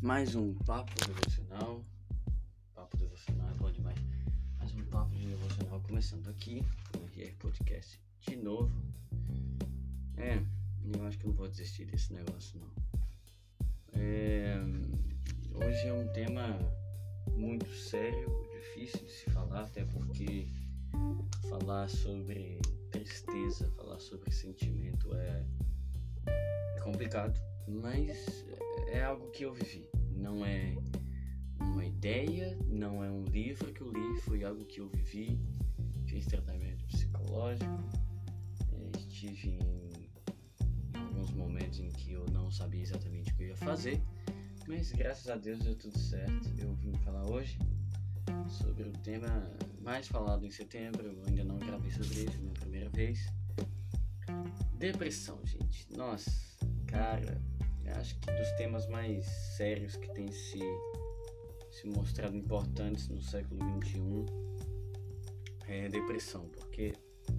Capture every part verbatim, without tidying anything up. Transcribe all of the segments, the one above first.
mais um papo devocional. Papo devocional é bom demais. Mais um papo devocional começando aqui no R R Podcast de novo. É, eu acho que não vou desistir desse negócio não. É, hoje é um tema muito sério, difícil de se falar, até porque falar sobre tristeza, falar sobre sentimento é, é complicado, mas é algo que eu vivi. Não é uma ideia, não é um livro que eu li, foi algo que eu vivi. Fiz tratamento psicológico, estive em, em alguns momentos em que eu não sabia exatamente o que eu ia fazer, mas graças a Deus deu tudo certo. Eu vim falar hoje sobre o tema mais falado em setembro. Eu ainda não gravei sobre isso, minha primeira vez. Depressão, gente. Nossa, cara, acho que dos temas mais sérios que tem se, se mostrado importantes no século vinte e um é a depressão, porque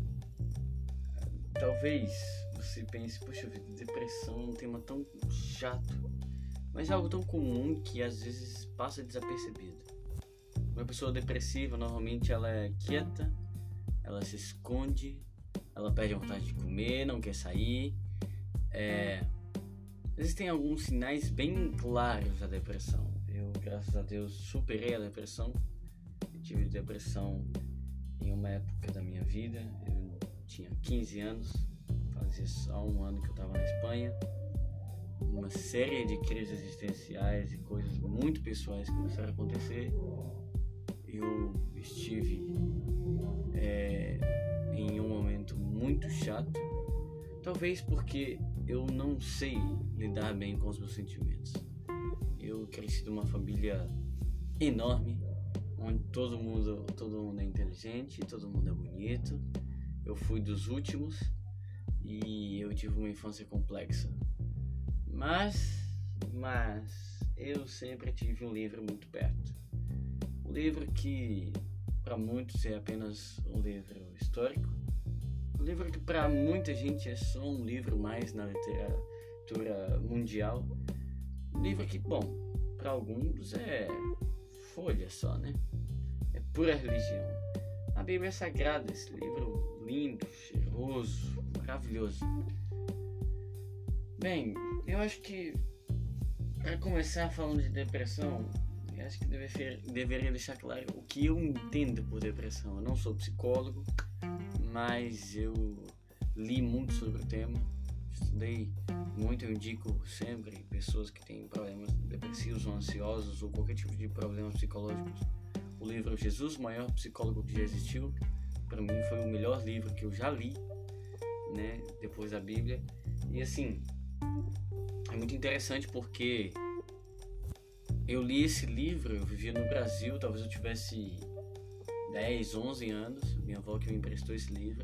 talvez você pense, poxa vida, depressão é um tema tão chato, mas é algo tão comum que às vezes passa desapercebido. Uma pessoa depressiva, normalmente ela é quieta, ela se esconde, ela perde a vontade de comer, não quer sair. É... Existem alguns sinais bem claros da depressão. Eu, graças a Deus, superei a depressão. Eu tive depressão em uma época da minha vida. Eu tinha quinze anos, fazia só um ano que eu estava na Espanha. Uma série de crises existenciais e coisas muito pessoais começaram a acontecer. Eu estive é, em um momento muito chato, talvez porque eu não sei lidar bem com os meus sentimentos. Eu cresci de uma família enorme, onde todo mundo, todo mundo é inteligente, todo mundo é bonito. Eu fui dos últimos e eu tive uma infância complexa. Mas, mas eu sempre tive um livro muito perto. Um livro que para muitos é apenas um livro histórico. Um livro que para muita gente é só um livro mais na literatura mundial. Um livro que, bom, para alguns é folha só, né? É pura religião. A Bíblia é sagrada, esse livro lindo, cheiroso, maravilhoso. Bem, eu acho que para começar falando de depressão, eu acho que deveria, deveria deixar claro o que eu entendo por depressão. Eu não sou psicólogo, mas eu li muito sobre o tema, estudei muito. Eu indico sempre pessoas que têm problemas depressivos ou ansiosos ou qualquer tipo de problemas psicológicos. O livro Jesus, o maior psicólogo que já existiu, para mim foi o melhor livro que eu já li, né, depois da Bíblia. E assim, é muito interessante porque eu li esse livro, eu vivia no Brasil, talvez eu tivesse dez, onze anos, minha avó que me emprestou esse livro.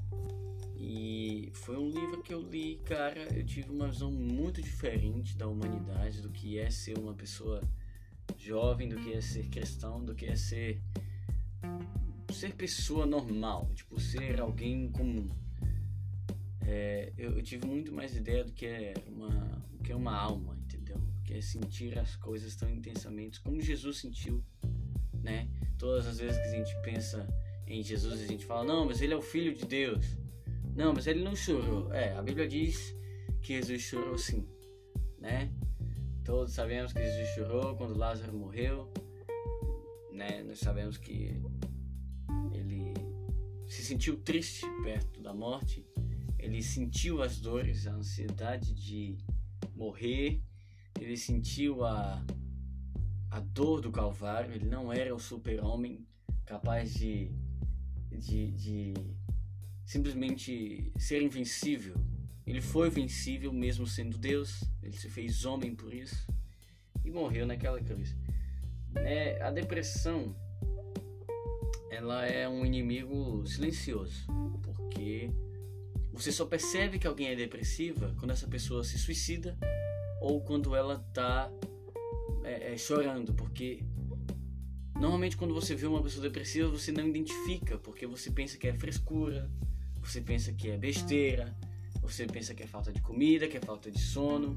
E foi um livro que eu li, cara, eu tive uma visão muito diferente da humanidade, do que é ser uma pessoa jovem, do que é ser cristão, do que é ser ser pessoa normal, tipo, ser alguém comum. É, eu, eu tive muito mais ideia do que é uma, do que é uma alma, entendeu? Que é sentir as coisas tão intensamente como Jesus sentiu, né? Todas as vezes que a gente pensa em Jesus, a gente fala, não, mas ele é o Filho de Deus. Não, mas ele não chorou. É, a Bíblia diz que Jesus chorou sim, né? Todos sabemos que Jesus chorou quando Lázaro morreu, né? Nós sabemos que ele se sentiu triste perto da morte. Ele sentiu as dores, a ansiedade de morrer. Ele sentiu a, a dor do Calvário. Ele não era o super-homem capaz de, de, de simplesmente ser invencível. Ele foi vencível mesmo sendo Deus. Ele se fez homem por isso e morreu naquela cruz. É, a depressão, ela é um inimigo silencioso, porque você só percebe que alguém é depressiva quando essa pessoa se suicida ou quando ela tá é, é, chorando, porque normalmente quando você vê uma pessoa depressiva você não identifica, porque você pensa que é frescura, você pensa que é besteira, você pensa que é falta de comida, que é falta de sono,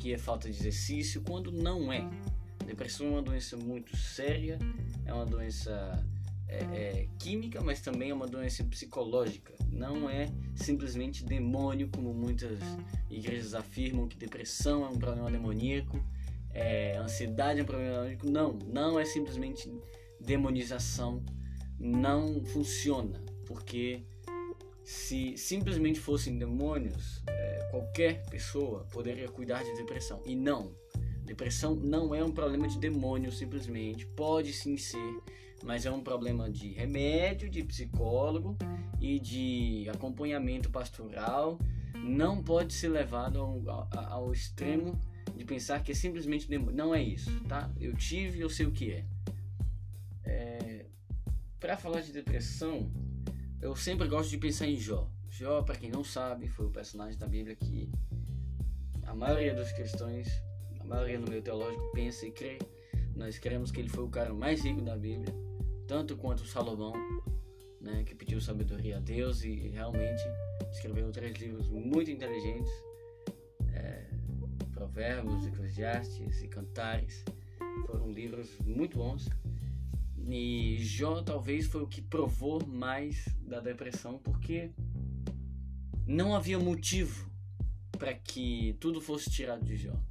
que é falta de exercício, quando não é. Depressão é uma doença muito séria, é uma doença é, é, química, mas também é uma doença psicológica. Não é simplesmente demônio, como muitas igrejas afirmam que depressão é um problema demoníaco, é, ansiedade é um problema demoníaco. Não, não é simplesmente demonização, não funciona, porque se simplesmente fossem demônios, é, qualquer pessoa poderia cuidar de depressão, e não. Depressão não é um problema de demônio simplesmente, pode sim ser, mas é um problema de remédio, de psicólogo e de acompanhamento pastoral. Não pode ser levado ao, ao, ao extremo de pensar que é simplesmente demônio. Não é isso, tá? Eu tive e eu sei o que é. é Para falar de depressão, eu sempre gosto de pensar em Jó. Jó, para quem não sabe, foi o personagem da Bíblia que a maioria dos cristãos, a maioria no meio teológico pensa e crê. Nós cremos que ele foi o cara mais rico da Bíblia, tanto quanto Salomão, né, que pediu sabedoria a Deus e realmente escreveu três livros muito inteligentes, é, Provérbios, Eclesiastes e Cantares. Foram livros muito bons. E Jó talvez foi o que provou mais da depressão, porque não havia motivo para que tudo fosse tirado de Jó.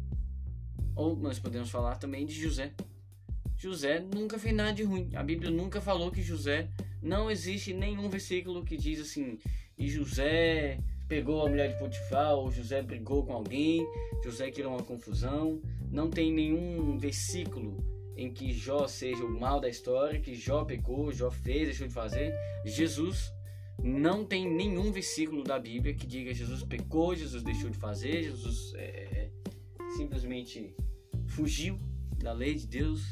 Ou nós podemos falar também de José. José nunca fez nada de ruim. A Bíblia nunca falou que José... Não existe nenhum versículo que diz assim: e José pegou a mulher de Potifar, ou José brigou com alguém, José criou uma confusão. Não tem nenhum versículo em que Jó seja o mal da história, que Jó pecou, Jó fez, deixou de fazer. Jesus, não tem nenhum versículo da Bíblia que diga Jesus pecou, Jesus deixou de fazer, Jesus é, simplesmente fugiu da lei de Deus.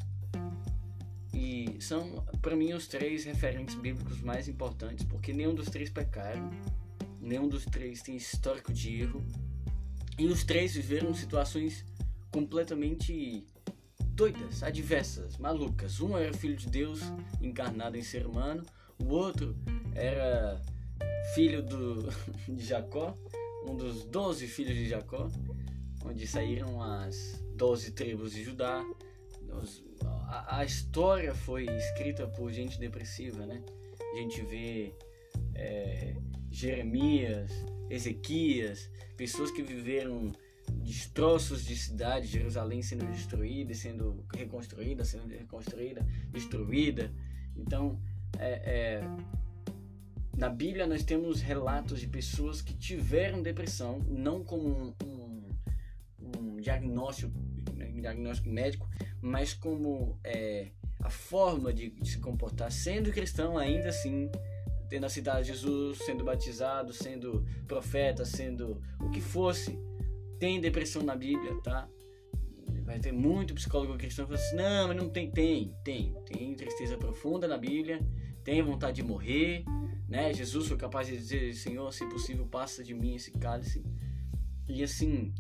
E são, para mim, os três referentes bíblicos mais importantes, porque nenhum dos três pecaram, nenhum dos três tem histórico de erro, e os três viveram situações completamente doidas, adversas, malucas. Um era filho de Deus encarnado em ser humano, o outro era filho do, de Jacó, um dos doze filhos de Jacó, onde saíram as doze tribos de Judá. A, a história foi escrita por gente depressiva, né? A gente vê é, Jeremias, Ezequias, pessoas que viveram destroços de cidade, Jerusalém sendo destruída, sendo reconstruída, sendo reconstruída, destruída. Então, é, é, na Bíblia nós temos relatos de pessoas que tiveram depressão, não como um, um, um diagnóstico, um diagnóstico médico, mas como é, a forma de, de se comportar, sendo cristão ainda assim, tendo aceitado Jesus, sendo batizado, sendo profeta, sendo o que fosse. Tem depressão na Bíblia, tá? Vai ter muito psicólogo cristão que fala assim: não, mas não tem. Tem, tem. Tem tristeza profunda na Bíblia, tem vontade de morrer, né? Jesus foi capaz de dizer: Senhor, se possível, passa de mim esse cálice. E assim,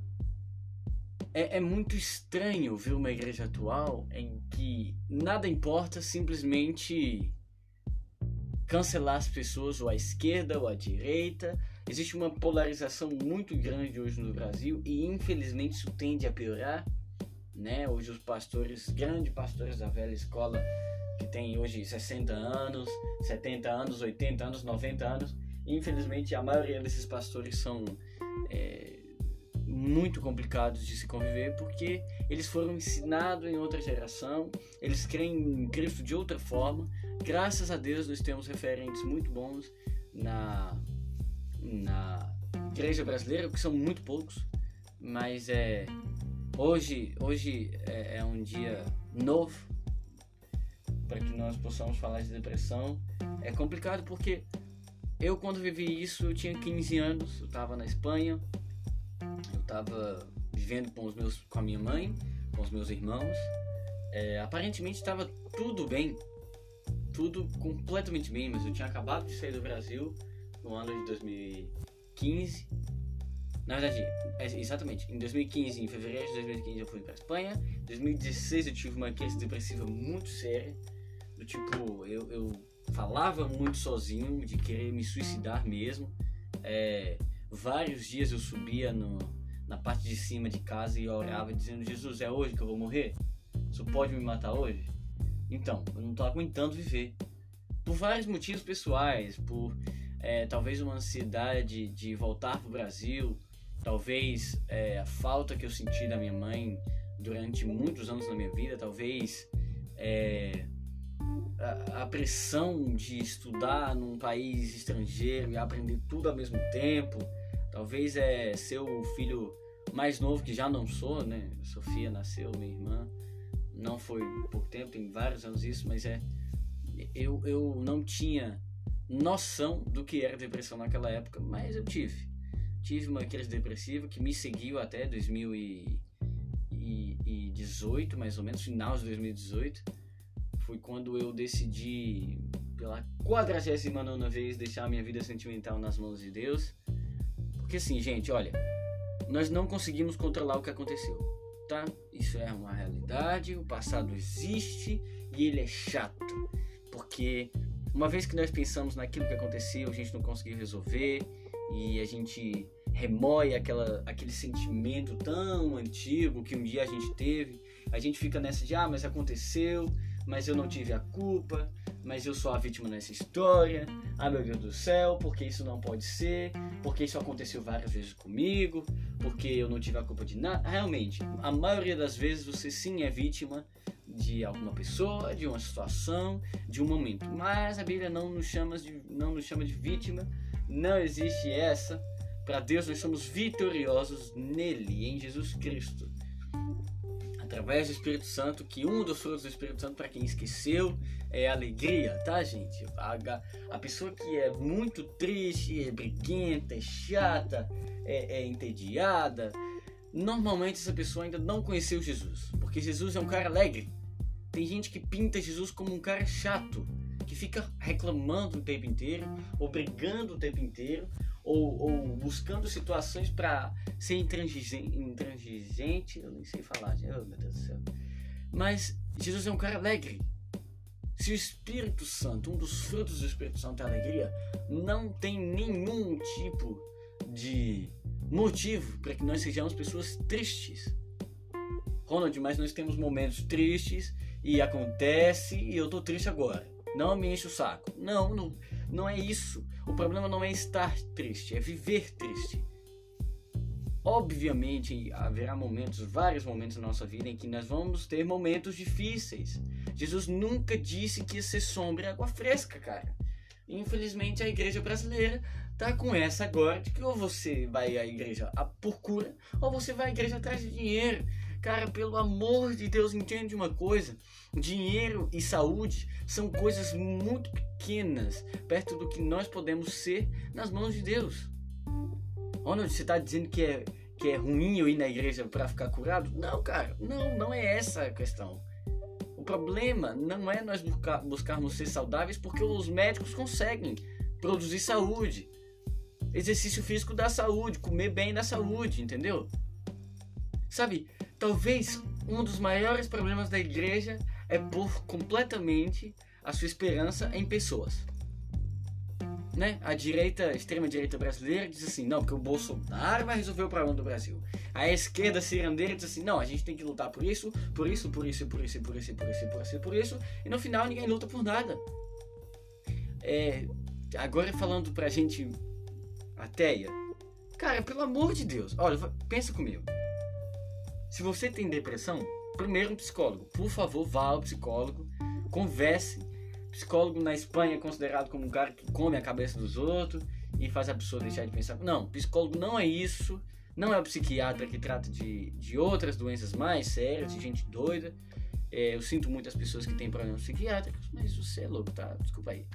é, é muito estranho ver uma igreja atual em que nada importa, simplesmente cancelar as pessoas, ou à esquerda ou à direita. Existe uma polarização muito grande hoje no Brasil e infelizmente isso tende a piorar, né? Hoje os pastores, grandes pastores da velha escola, que tem hoje sessenta anos, setenta anos, oitenta anos, noventa anos, infelizmente a maioria desses pastores são é, muito complicados de se conviver, porque eles foram ensinados em outra geração, eles creem em Cristo de outra forma. Graças a Deus nós temos referentes muito bons na na igreja brasileira, que são muito poucos, mas é, hoje, hoje é, é um dia novo para que nós possamos falar de depressão. É complicado porque eu, quando vivi isso, eu tinha quinze anos, eu estava na Espanha, eu estava vivendo com, os meus, com a minha mãe, com os meus irmãos. É, aparentemente estava tudo bem, tudo completamente bem, mas eu tinha acabado de sair do Brasil no ano de dois mil e quinze. Na verdade, é, exatamente, em dois mil e quinze, em fevereiro de dois mil e quinze eu fui para a Espanha. Em dois mil e dezesseis eu tive uma crise depressiva muito séria, do tipo, eu, eu falava muito sozinho, de querer me suicidar mesmo. É, vários dias eu subia no, na parte de cima de casa e orava dizendo: Jesus, é hoje que eu vou morrer? Isso pode me matar hoje? Então, eu não tô aguentando viver. Por vários motivos pessoais, por é, talvez uma ansiedade de voltar pro Brasil, talvez é, a falta que eu senti da minha mãe durante muitos anos na minha vida, talvez é, a, a pressão de estudar num país estrangeiro e aprender tudo ao mesmo tempo, talvez é ser o filho mais novo, que já não sou, né? Sofia nasceu, minha irmã, não foi pouco tempo, tem vários anos isso, mas é eu, eu não tinha noção do que era depressão naquela época, mas eu tive tive uma crise depressiva que me seguiu até dois mil e dezoito, mais ou menos, final de dois mil e dezoito. Foi quando eu decidi, pela quadragésima nona vez, deixar a minha vida sentimental nas mãos de Deus. Porque assim, gente, olha, nós não conseguimos controlar o que aconteceu, tá? Isso é uma realidade, o passado existe e ele é chato. Porque uma vez que nós pensamos naquilo que aconteceu, a gente não conseguiu resolver e a gente remói aquela, aquele sentimento tão antigo que um dia a gente teve. A gente fica nessa de, ah, mas aconteceu, mas eu não tive a culpa, mas eu sou a vítima nessa história, ah, meu Deus do céu, porque isso não pode ser, porque isso aconteceu várias vezes comigo, porque eu não tive a culpa de nada. Realmente, a maioria das vezes você sim é vítima de alguma pessoa, de uma situação, de um momento, mas a Bíblia não nos chama de, não nos chama de vítima. Não existe essa. Para Deus nós somos vitoriosos nele, em Jesus Cristo, através do Espírito Santo, que um dos frutos do Espírito Santo, para quem esqueceu, é a alegria, tá, gente? A, a pessoa que é muito triste, é briguenta, é chata, é, é entediada, normalmente essa pessoa ainda não conheceu Jesus, porque Jesus é um cara alegre. Tem gente que pinta Jesus como um cara chato, que fica reclamando o tempo inteiro, ou brigando o tempo inteiro, ou, ou buscando situações para ser intransigente, intransigente, eu nem sei falar, oh, meu Deus do céu. Mas Jesus é um cara alegre. Se o Espírito Santo, um dos frutos do Espírito Santo é a alegria, não tem nenhum tipo de motivo para que nós sejamos pessoas tristes. Ronald, mas nós temos momentos tristes e acontece e eu tô triste agora. Não me enche o saco. Não, não, não é isso. O problema não é estar triste, é viver triste. Obviamente haverá momentos, vários momentos na nossa vida em que nós vamos ter momentos difíceis. Jesus nunca disse que ia ser sombra e água fresca, cara. Infelizmente a igreja brasileira tá com essa agora de que ou você vai à igreja por cura ou você vai à igreja atrás de dinheiro. Cara, pelo amor de Deus, entende uma coisa: dinheiro e saúde são coisas muito pequenas perto do que nós podemos ser nas mãos de Deus. Ronald, você está dizendo que é, que é ruim eu ir na igreja para ficar curado? Não, cara, não, não é essa a questão. O problema não é nós buscar, buscarmos ser saudáveis porque os médicos conseguem produzir saúde. Exercício físico dá saúde, comer bem dá saúde, entendeu? Sabe, talvez um dos maiores problemas da igreja é pôr completamente a sua esperança em pessoas. Né? A direita, a extrema-direita brasileira diz assim, não, porque o Bolsonaro vai resolver o problema do Brasil. A esquerda cirandeira diz assim, não, a gente tem que lutar por isso, por isso, por isso, por isso, por isso, por isso, por isso, por isso, e no final ninguém luta por nada. É, agora falando pra gente ateia, cara, pelo amor de Deus, olha, pensa comigo. Se você tem depressão, primeiro um psicólogo. Por favor, vá ao psicólogo, converse. Psicólogo na Espanha é considerado como um cara que come a cabeça dos outros e faz a pessoa deixar de pensar. Não, psicólogo não é isso. Não é o psiquiatra que trata de, de outras doenças mais sérias, de gente doida. É, eu sinto muitas pessoas que têm problemas psiquiátricos, mas você é louco, tá? Desculpa aí.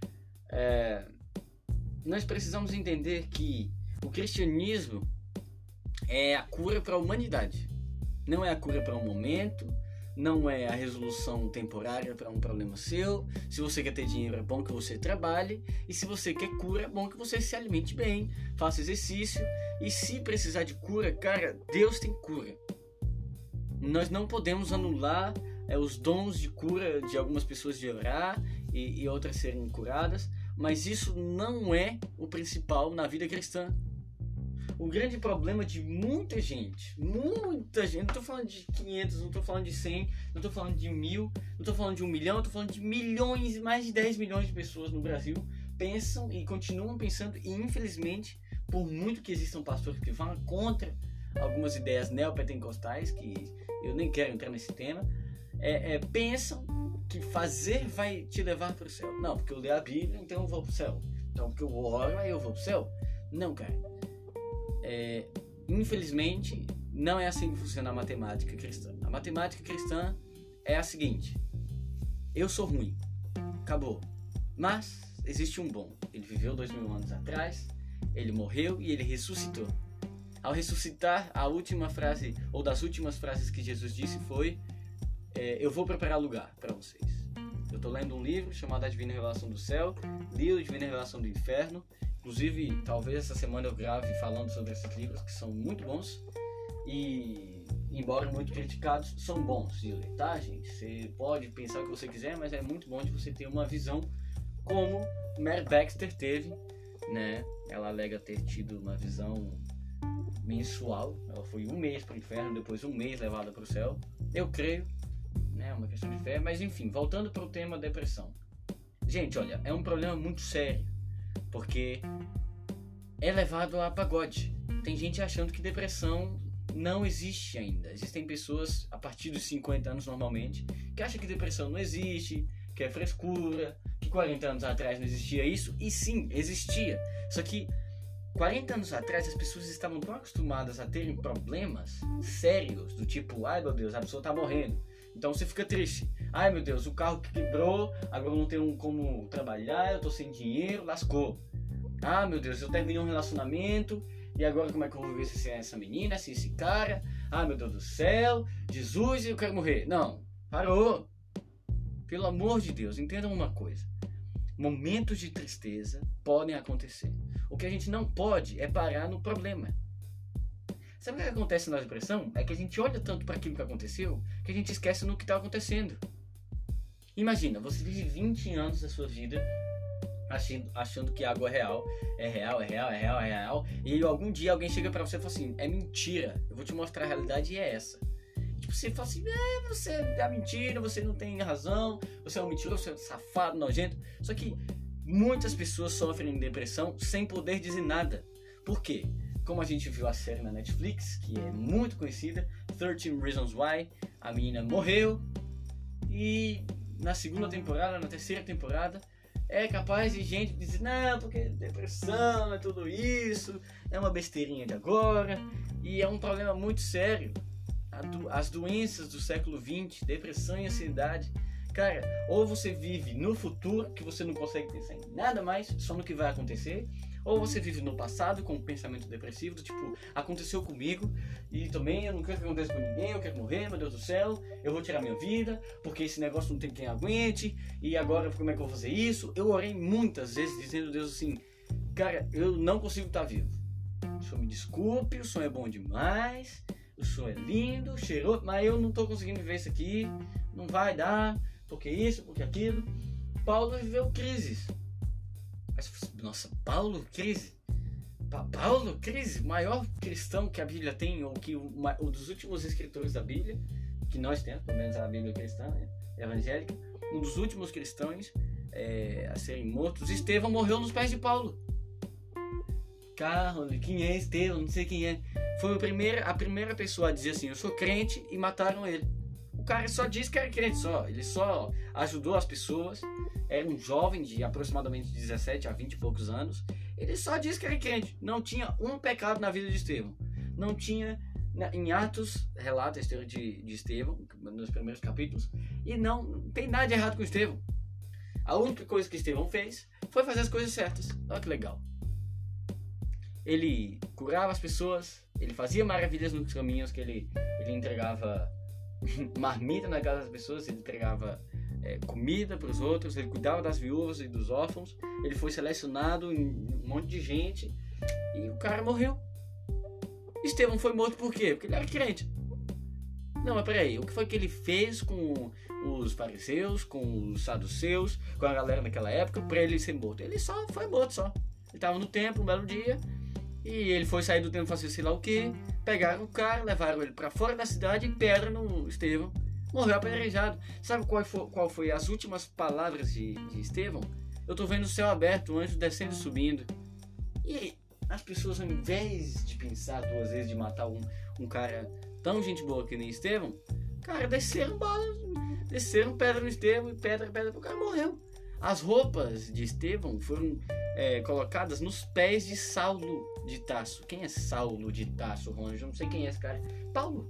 É, nós precisamos entender que o cristianismo é a cura para a humanidade. Não é a cura para um momento, não é a resolução temporária para um problema seu. Se você quer ter dinheiro, é bom que você trabalhe. E se você quer cura, é bom que você se alimente bem, faça exercício. E se precisar de cura, cara, Deus tem cura. Nós não podemos anular é, os dons de cura de algumas pessoas de orar e, e outras serem curadas. Mas isso não é o principal na vida cristã. o grande problema de muita gente, muita gente, não tô falando de quinhentos, não tô falando de cem, não tô falando de mil, não tô falando de um milhão, eu tô falando de milhões, mais de dez milhões de pessoas no Brasil pensam e continuam pensando, e infelizmente, por muito que existam pastores que vão contra algumas ideias neopentecostais, que eu nem quero entrar nesse tema, é, é, pensam que fazer vai te levar para o céu. Não, porque eu leio a Bíblia, então eu vou para o céu. Então, porque eu oro, aí eu vou para o céu. Não, cara. É, infelizmente, não é assim que funciona a matemática cristã. A matemática cristã é a seguinte: eu sou ruim, acabou. Mas existe um bom. Ele viveu dois mil anos atrás, ele morreu e ele ressuscitou. Ao ressuscitar, a última frase, ou das últimas frases que Jesus disse foi: é, eu vou preparar lugar para vocês. Eu estou lendo um livro chamado A Divina Revelação do Céu, li A Divina Revelação do Inferno. Inclusive, talvez essa semana eu grave falando sobre esses livros, que são muito bons. E, embora muito criticados, são bons de ler, tá, gente? Você pode pensar o que você quiser, mas é muito bom de você ter uma visão como Mary Baxter teve, né? Ela alega ter tido uma visão mensual. Ela foi um mês para o inferno, depois um mês levada para o céu. Eu creio, né? É uma questão de fé. Mas enfim, voltando para o tema depressão. Gente, olha, é um problema muito sério, porque é levado a pagode. Tem gente achando que depressão não existe ainda. Existem pessoas a partir dos cinquenta anos normalmente que acham que depressão não existe, que é frescura, que quarenta anos atrás não existia isso. E sim, existia. Só que quarenta anos atrás as pessoas estavam tão acostumadas a terem problemas sérios, do tipo: ai meu Deus, a pessoa tá morrendo, então você fica triste. Ai meu Deus, o carro que quebrou, agora eu não tenho como trabalhar, eu tô sem dinheiro, lascou. Ah meu Deus, eu terminei um relacionamento e agora como é que eu vou viver sem essa menina, sem esse cara? Ah meu Deus do céu, Jesus, eu quero morrer. Não, parou. Pelo amor de Deus, entendam uma coisa: momentos de tristeza podem acontecer. O que a gente não pode é parar no problema. Sabe o que acontece na depressão? É que a gente olha tanto para aquilo que aconteceu que a gente esquece no que está acontecendo. Imagina, você vive vinte anos da sua vida achando, achando que a água é real, é real, é real, é real, é real, e algum dia alguém chega para você e fala assim: é mentira, eu vou te mostrar a realidade e é essa. Tipo, você fala assim: é, você é mentira, você não tem razão, você é um mentiroso, você é um safado, nojento. Só que muitas pessoas sofrem de depressão sem poder dizer nada. Por quê? Como a gente viu a série na Netflix, que é muito conhecida, treze Reasons Why, a menina morreu e na segunda temporada, na terceira temporada, é capaz de gente dizer: não, porque depressão é tudo isso, é uma besteirinha de agora, e é um problema muito sério. As doenças do século vinte, depressão e ansiedade, cara, ou você vive no futuro, que você não consegue pensar em nada mais, só no que vai acontecer, ou você vive no passado com um pensamento depressivo, do tipo: aconteceu comigo e também eu não quero que aconteça com ninguém, eu quero morrer, meu Deus do céu, eu vou tirar minha vida, porque esse negócio não tem quem aguente, e agora como é que eu vou fazer isso? Eu orei muitas vezes dizendo a Deus assim: cara, eu não consigo estar vivo, o Senhor me desculpe, o Senhor é bom demais, o Senhor é lindo, cheiroso, mas eu não estou conseguindo viver isso aqui, não vai dar, porque isso, porque aquilo. Paulo viveu crises. Nossa, Paulo, crise? Pa- Paulo, crise? O maior cristão que a Bíblia tem, ou que uma, um dos últimos escritores da Bíblia, que nós temos, pelo menos a Bíblia cristã, né, evangélica, um dos últimos cristãos é, a serem mortos. Estevão morreu nos pés de Paulo. Carro, quem é Estevão? Não sei quem é. Foi a primeira, a primeira pessoa a dizer assim: eu sou crente, e mataram ele. O cara só disse que era crente, só. Ele só ajudou as pessoas. Era um jovem de aproximadamente dezessete a vinte e poucos anos. Ele só disse que era crente. Não tinha um pecado na vida de Estevão. Não tinha, em Atos, relata a história de, de Estevão, nos primeiros capítulos. E não, não tem nada de errado com Estevão. A única coisa que Estevão fez foi fazer as coisas certas. Olha que legal. Ele curava as pessoas, ele fazia maravilhas nos caminhos, que ele, ele entregava marmita na casa das pessoas, ele entregava é, comida para os outros, ele cuidava das viúvas e dos órfãos. Ele foi selecionado em um monte de gente e o cara morreu. Estevão foi morto por quê? Porque ele era crente. Não, mas peraí, o que foi que ele fez com os fariseus, com os saduceus, com a galera daquela época, para ele ser morto? Ele só foi morto, só. Ele estava no templo um belo dia E ele foi sair do templo fazer sei lá o que. Pegaram o cara, levaram ele pra fora da cidade e pedra no Estevão. Morreu apedrejado. Sabe qual foi, qual foi as últimas palavras de, de Estevão? Eu tô vendo o céu aberto, o anjo descendo e subindo. E aí, as pessoas, ao invés de pensar duas vezes de matar um, um cara tão gente boa que nem Estevão, cara, desceram balas, desceram pedra no Estevão e pedra, pedra, o cara morreu. As roupas de Estevão foram é, colocadas nos pés de Saulo de Tarso. Quem é Saulo de Tarso, Ronald? Eu não sei quem é esse cara. Paulo.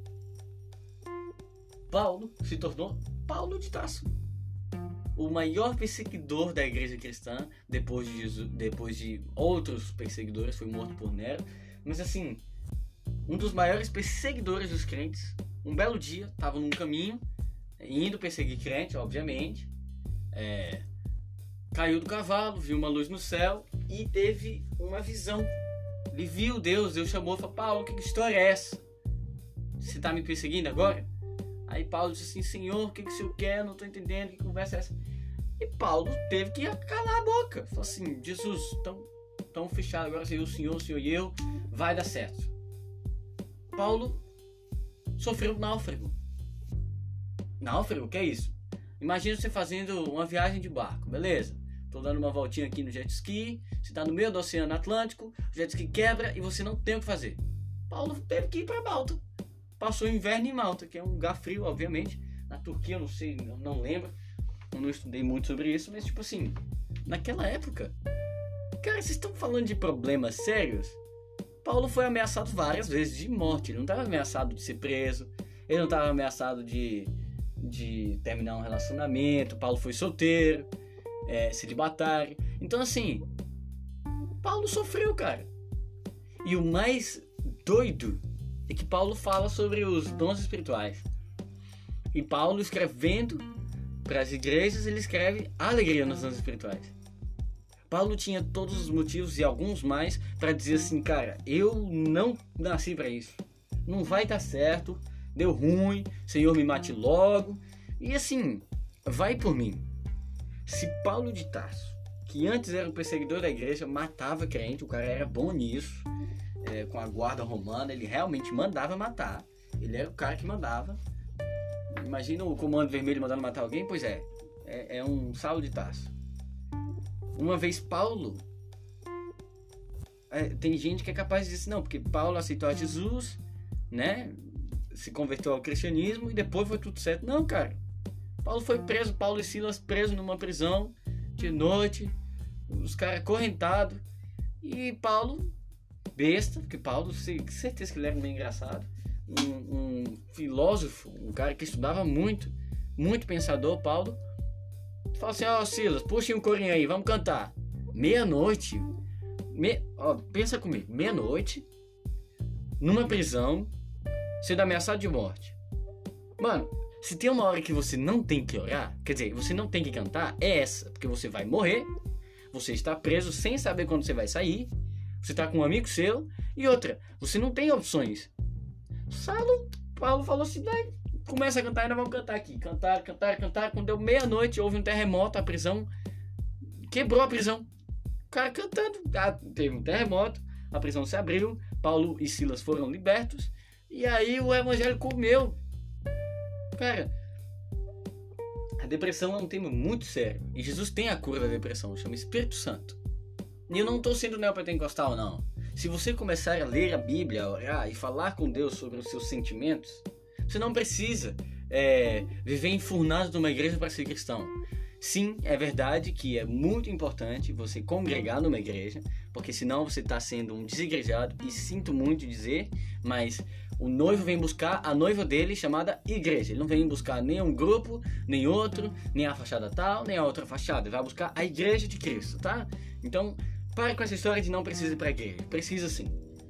Paulo se tornou Paulo de Tarso, o maior perseguidor da igreja cristã, depois de, Jesus, depois de outros perseguidores, foi morto por Nero. Mas assim, um dos maiores perseguidores dos crentes, um belo dia, estava num caminho, indo perseguir crente, obviamente, é, caiu do cavalo, viu uma luz no céu e teve uma visão. Ele viu Deus, Deus chamou e falou: Paulo, que história é essa? Você está me perseguindo agora? Aí Paulo disse assim: Senhor, o que, que o senhor quer? Eu não estou entendendo, que conversa é essa? E Paulo teve que calar a boca. Falou assim: Jesus, tão, tão fechado agora, o Senhor, o Senhor e eu, vai dar certo. Paulo sofreu um náufrago. Náufrago? O que é isso? Imagina você fazendo uma viagem de barco, beleza? Tô dando uma voltinha aqui no jet ski, você tá no meio do Oceano Atlântico, o jet ski quebra e você não tem o que fazer. Paulo teve que ir para Malta. Passou o inverno em Malta, que é um lugar frio, obviamente. Na Turquia, eu não sei, eu não lembro. Eu não estudei muito sobre isso, mas tipo assim, naquela época, cara, vocês estão falando de problemas sérios? Paulo foi ameaçado várias vezes de morte. Ele não estava ameaçado de ser preso, ele não estava ameaçado de, de terminar um relacionamento. Paulo foi solteiro, é, celibatário. Então assim, Paulo sofreu, cara. E o mais doido é que Paulo fala sobre os dons espirituais. E Paulo, escrevendo para as igrejas, ele escreve alegria nos dons espirituais. Paulo tinha todos os motivos e alguns mais para dizer assim: cara, eu não nasci para isso, não vai dar certo, deu ruim, Senhor, me mate logo. E assim, vai por mim. Se Paulo de Tarso, que antes era um perseguidor da igreja, matava crente, o cara era bom nisso, é, com a guarda romana, ele realmente mandava matar, ele era o cara que mandava. Imagina o comando vermelho mandando matar alguém. Pois é, é, é um Saulo de Tarso. Uma vez Paulo, é, tem gente que é capaz de dizer assim: não, porque Paulo aceitou a Jesus, né, se converteu ao cristianismo e depois foi tudo certo. Não, cara, Paulo foi preso, Paulo e Silas presos numa prisão de noite, os caras acorrentados, e Paulo, besta, porque Paulo, certeza que ele era meio engraçado, um, um filósofo, um cara que estudava muito, muito pensador, Paulo, fala assim: ó, oh, Silas, puxa um corinho aí, vamos cantar. Meia-noite, me... ó, pensa comigo, meia-noite, numa prisão, sendo ameaçado de morte. Mano, se tem uma hora que você não tem que orar, quer dizer, você não tem que cantar, é essa, porque você vai morrer, você está preso sem saber quando você vai sair, você está com um amigo seu, e outra, você não tem opções. Saulo, Paulo falou assim: vai, começa a cantar, ainda vamos cantar aqui. Cantar, cantar, cantar. Quando deu meia-noite, houve um terremoto, a prisão quebrou a prisão. O cara cantando, ah, teve um terremoto, a prisão se abriu, Paulo e Silas foram libertos, e aí o evangelho comeu. Cara, a depressão é um tema muito sério, e Jesus tem a cura da depressão, chama Espírito Santo. E eu não estou sendo neopentecostal, não. Se você começar a ler a Bíblia, a orar e falar com Deus sobre os seus sentimentos, você não precisa é, viver enfurnado numa igreja para ser cristão. Sim, é verdade que é muito importante você congregar numa igreja, porque senão você está sendo um desigrejado, e sinto muito dizer, mas o noivo vem buscar a noiva dele, chamada igreja. Ele não vem buscar nem um grupo, nem outro, nem a fachada tal, nem a outra fachada. Ele vai buscar a igreja de Cristo, tá? Então, pare com essa história de não precisa ir pra igreja. Precisa sim.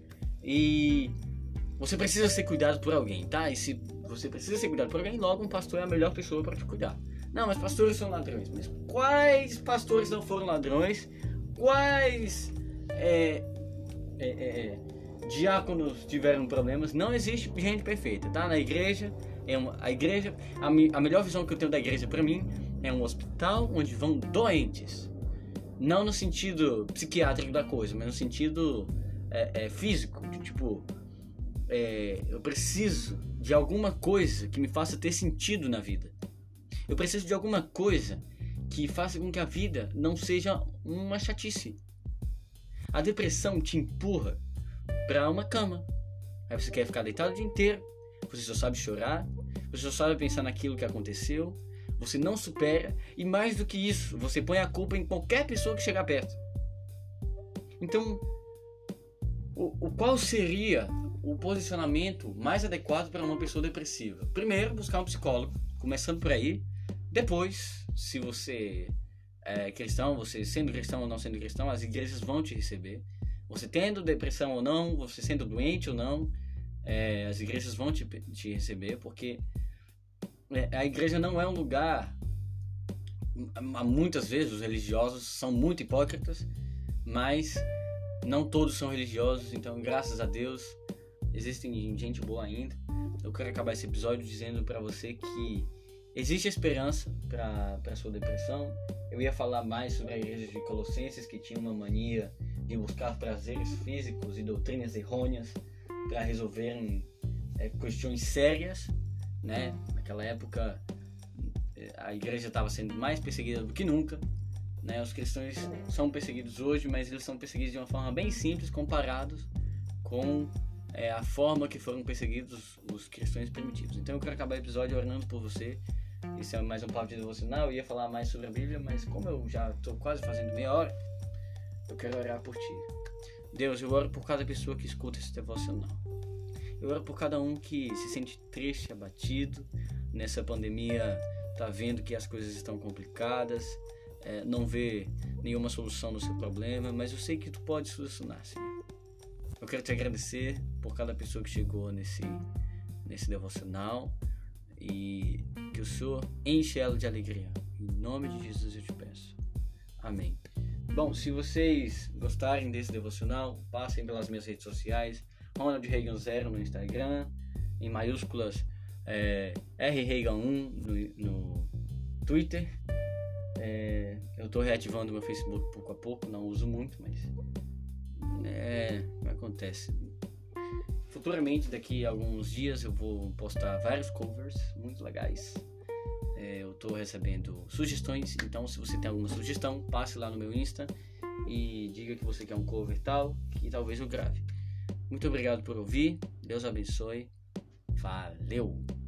E você precisa ser cuidado por alguém, tá? E se você precisa ser cuidado por alguém, logo um pastor é a melhor pessoa para te cuidar. Não, mas pastores são ladrões. Mas quais pastores não foram ladrões? Quais é, é, é, diáconos tiveram problemas? Não existe gente perfeita, tá? Na igreja, é uma, a igreja, a, a melhor visão que eu tenho da igreja para mim é um hospital onde vão doentes. Não no sentido psiquiátrico da coisa, mas no sentido é, é, físico, de tipo, é, eu preciso de alguma coisa que me faça ter sentido na vida. Eu preciso de alguma coisa que faça com que a vida não seja uma chatice. A depressão te empurra para uma cama. Aí você quer ficar deitado o dia inteiro, você só sabe chorar, você só sabe pensar naquilo que aconteceu, você não supera, e mais do que isso, você põe a culpa em qualquer pessoa que chegar perto. Então, o, o qual seria o posicionamento mais adequado para uma pessoa depressiva? Primeiro, buscar um psicólogo, começando por aí. Depois, se você é cristão, você sendo cristão ou não sendo cristão, as igrejas vão te receber. Você tendo depressão ou não, você sendo doente ou não, é, as igrejas vão te, te receber, porque é, a igreja não é um lugar... Muitas vezes os religiosos são muito hipócritas, mas não todos são religiosos, então graças a Deus existem gente boa ainda. Eu quero acabar esse episódio dizendo para você que existe esperança para a sua depressão. Eu ia falar mais sobre a igreja de Colossenses, que tinha uma mania de buscar prazeres físicos e doutrinas errôneas para resolverem é, questões sérias, né? Naquela época a igreja estava sendo mais perseguida do que nunca, né? Os cristãos são perseguidos hoje, mas eles são perseguidos de uma forma bem simples comparados com é, a forma que foram perseguidos os cristãos primitivos. Então eu quero acabar o episódio orando por você. Esse é mais um papo de devocional. Eu ia falar mais sobre a Bíblia, mas como eu já estou quase fazendo meia hora, eu quero orar por ti. Deus, eu oro por cada pessoa que escuta esse devocional. Eu oro por cada um que se sente triste, abatido nessa pandemia, tá vendo que as coisas estão complicadas, é, não vê nenhuma solução no seu problema, mas eu sei que tu pode solucionar, Senhor. Eu quero te agradecer por cada pessoa que chegou nesse, nesse devocional, e que o Senhor enche ela de alegria. Em nome de Jesus eu te peço. Amém. Bom, se vocês gostarem desse devocional, passem pelas minhas redes sociais, Ronald Reagan zero no Instagram, em maiúsculas é, R Reagan um no, no Twitter. É, eu estou reativando meu Facebook pouco a pouco, não uso muito, mas é, acontece. Futuramente, daqui a alguns dias, eu vou postar vários covers muito legais. É, eu estou recebendo sugestões, então se você tem alguma sugestão, passe lá no meu Insta e diga que você quer um cover tal, que talvez eu grave. Muito obrigado por ouvir, Deus abençoe, valeu!